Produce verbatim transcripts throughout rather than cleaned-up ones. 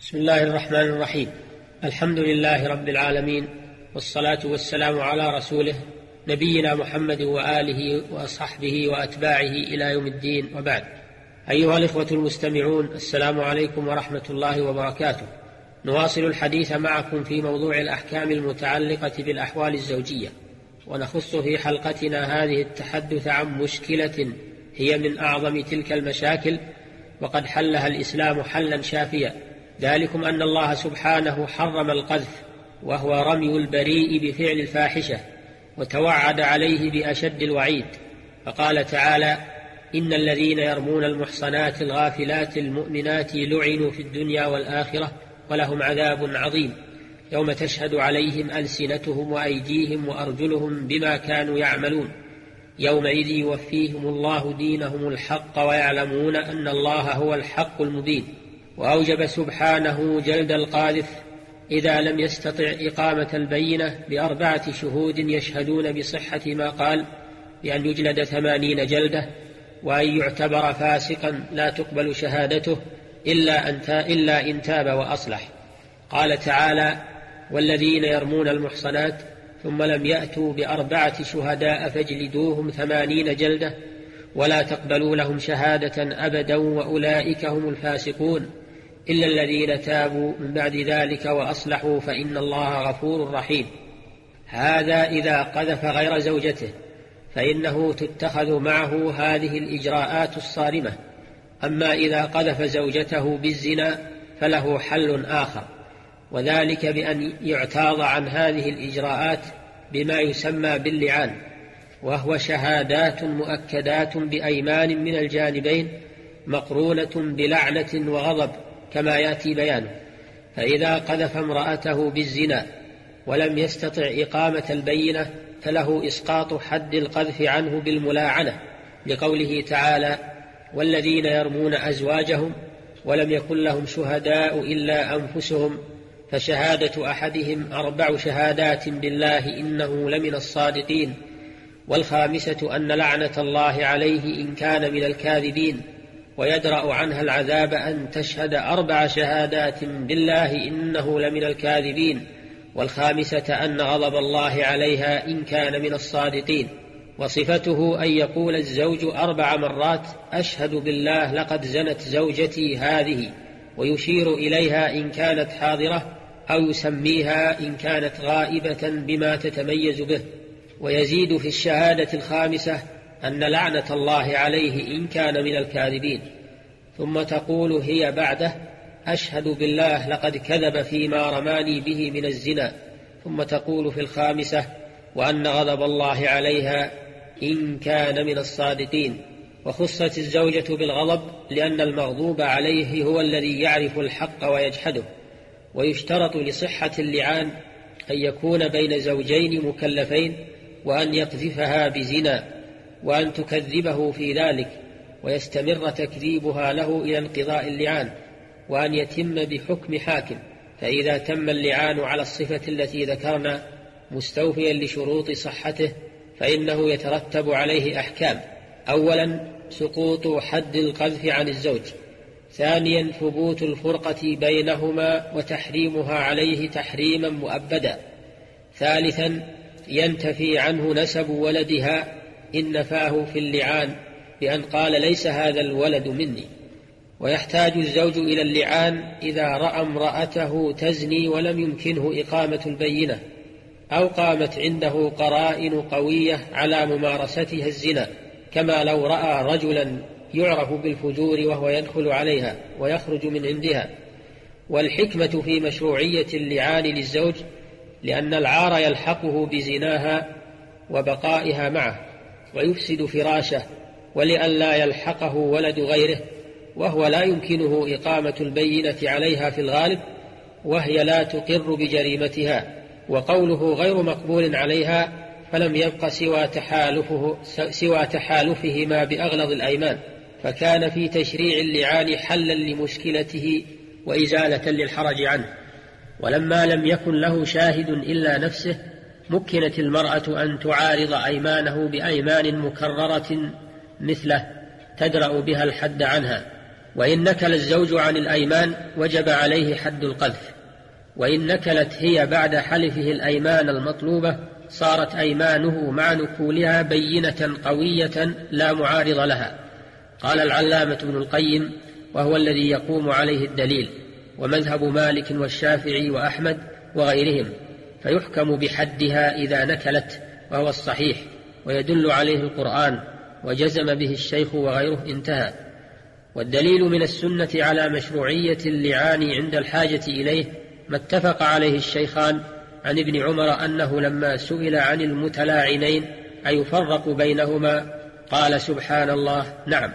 بسم الله الرحمن الرحيم. الحمد لله رب العالمين، والصلاة والسلام على رسوله نبينا محمد وآله وصحبه وأتباعه إلى يوم الدين، وبعد. أيها الإخوة المستمعون، السلام عليكم ورحمة الله وبركاته. نواصل الحديث معكم في موضوع الأحكام المتعلقة بالأحوال الزوجية، ونخص في حلقتنا هذه التحدث عن مشكلة هي من أعظم تلك المشاكل، وقد حلها الإسلام حلا شافيا، ذلكم أن الله سبحانه حرم القذف، وهو رمي البريء بفعل الفاحشة، وتوعد عليه بأشد الوعيد، فقال تعالى: إن الذين يرمون المحصنات الغافلات المؤمنات لعنوا في الدنيا والآخرة ولهم عذاب عظيم، يوم تشهد عليهم ألسنتهم وأيديهم وأرجلهم بما كانوا يعملون، يومئذ يوفيهم الله دينهم الحق ويعلمون أن الله هو الحق المبين. وأوجب سبحانه جلد القاذف إذا لم يستطع إقامة البينة بأربعة شهود يشهدون بصحة ما قال، بأن يجلد ثمانين جلدة، وأن يعتبر فاسقا لا تقبل شهادته إلا أن إلا إن تاب وأصلح. قال تعالى: والذين يرمون المحصنات ثم لم يأتوا بأربعة شهداء فاجلدوهم ثمانين جلدة ولا تقبلوا لهم شهادة أبدا وأولئك هم الفاسقون إلا الذين تابوا من بعد ذلك وأصلحوا فإن الله غفور رحيم. هذا إذا قذف غير زوجته، فإنه تتخذ معه هذه الإجراءات الصارمة. أما إذا قذف زوجته بالزنا فله حل آخر، وذلك بأن يعتاض عن هذه الإجراءات بما يسمى باللعان، وهو شهادات مؤكدات بأيمان من الجانبين مقرونة بلعنة وغضب كما يأتي بيانه. فإذا قذف امرأته بالزنا ولم يستطع إقامة البينة فله إسقاط حد القذف عنه بالملاعنة، لقوله تعالى: والذين يرمون أزواجهم ولم يكن لهم شهداء إلا أنفسهم فشهادة أحدهم أربع شهادات بالله إنه لمن الصادقين، والخامسة أن لعنة الله عليه إن كان من الكاذبين، ويدرأ عنها العذاب أن تشهد أربع شهادات بالله إنه لمن الكاذبين، والخامسة أن غضب الله عليها إن كان من الصادقين. وصفته أن يقول الزوج أربع مرات: أشهد بالله لقد زنت زوجتي هذه، ويشير إليها إن كانت حاضرة، أو يسميها إن كانت غائبة بما تتميز به. ويزيد في الشهادة الخامسة أن لعنة الله عليه إن كان من الكاذبين. ثم تقول هي بعده: أشهد بالله لقد كذب فيما رماني به من الزنا. ثم تقول في الخامسة: وأن غضب الله عليها إن كان من الصادقين. وخصت الزوجة بالغضب لأن المغضوب عليه هو الذي يعرف الحق ويجحده. ويشترط لصحة اللعان أن يكون بين زوجين مكلفين، وأن يقذفها بزنا، وأن تكذبه في ذلك ويستمر تكذيبها له إلى انقضاء اللعان، وأن يتم بحكم حاكم. فإذا تم اللعان على الصفة التي ذكرنا مستوفيا لشروط صحته فإنه يترتب عليه أحكام: أولا سقوط حد القذف عن الزوج، ثانيا ثبوت الفرقة بينهما وتحريمها عليه تحريما مؤبدا، ثالثا ينتفي عنه نسب ولدها إن نفاه في اللعان بأن قال ليس هذا الولد مني. ويحتاج الزوج إلى اللعان إذا رأى امرأته تزني ولم يمكنه إقامة البينة، أو قامت عنده قرائن قوية على ممارستها الزنا، كما لو رأى رجلا يعرف بالفجور وهو يدخل عليها ويخرج من عندها. والحكمة في مشروعية اللعان للزوج لأن العار يلحقه بزناها وبقائها معه ويفسد فراشه، ولئلا يلحقه ولد غيره وهو لا يمكنه إقامة البينة عليها في الغالب، وهي لا تقر بجريمتها، وقوله غير مقبول عليها، فلم يبق سوى تحالفه سوى تحالفهما بأغلظ الأيمان، فكان في تشريع اللعان حلا لمشكلته وإزالة للحرج عنه. ولما لم يكن له شاهد إلا نفسه مكنت المرأة أن تعارض أيمانه بأيمان مكررة مثله تدرأ بها الحد عنها، وإن نكل الزوج عن الأيمان وجب عليه حد القذف، وإن نكلت هي بعد حلفه الأيمان المطلوبة صارت أيمانه مع نكولها بينة قوية لا معارض لها. قال العلامة ابن القيم: وهو الذي يقوم عليه الدليل، ومذهب مالك والشافعي وأحمد وغيرهم، فيحكم بحدها إذا نكلت، وهو الصحيح، ويدل عليه القرآن وجزم به الشيخ وغيره. انتهى. والدليل من السنة على مشروعية اللعان عند الحاجة إليه ما اتفق عليه الشيخان عن ابن عمر أنه لما سئل عن المتلاعنين أيفرق بينهما قال: سبحان الله، نعم،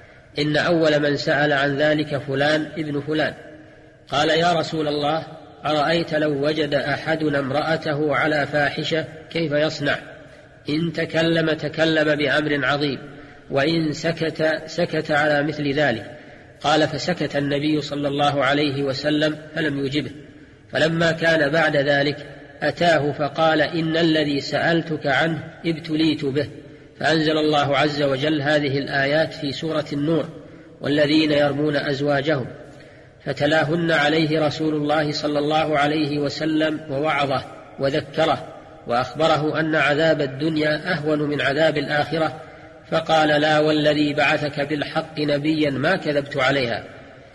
إن أول من سأل عن ذلك فلان ابن فلان. قال: يا رسول الله، أرأيت لو وجد أحدنا امرأته على فاحشة كيف يصنع؟ إن تكلم تكلم بأمر عظيم، وإن سكت سكت على مثل ذلك. قال: فسكت النبي صلى الله عليه وسلم فلم يجبه. فلما كان بعد ذلك أتاه فقال: إن الذي سألتك عنه ابتليت به. فأنزل الله عز وجل هذه الآيات في سورة النور: والذين يرمون أزواجهم، فتلاهن عليه رسول الله صلى الله عليه وسلم ووعظه وذكره وأخبره أن عذاب الدنيا أهون من عذاب الآخرة، فقال: لا والذي بعثك بالحق نبيا ما كذبت عليها.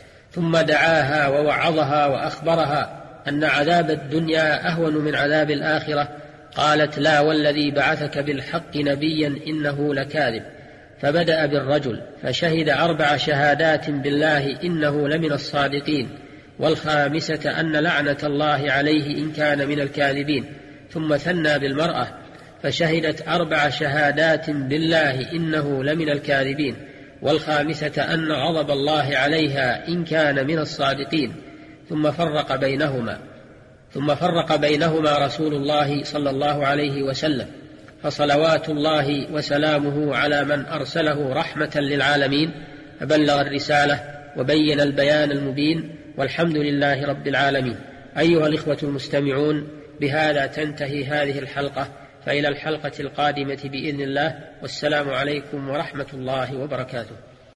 ثم دعاها ووعظها وأخبرها أن عذاب الدنيا أهون من عذاب الآخرة، قالت: لا والذي بعثك بالحق نبيا إنه لكاذب. فبدأ بالرجل فشهد أربع شهادات بالله إنه لمن الصادقين، والخامسة أن لعنة الله عليه إن كان من الكاذبين. ثم ثنى بالمرأة فشهدت أربع شهادات بالله إنه لمن الكاذبين، والخامسة أن غضب الله عليها إن كان من الصادقين. ثم فرق بينهما ثم فرق بينهما رسول الله صلى الله عليه وسلم، فصلوات الله وسلامه على من أرسله رحمة للعالمين، فبلغ الرسالة وبين البيان المبين، والحمد لله رب العالمين. أيها الإخوة المستمعون، بهذا تنتهي هذه الحلقة، فإلى الحلقة القادمة بإذن الله، والسلام عليكم ورحمة الله وبركاته.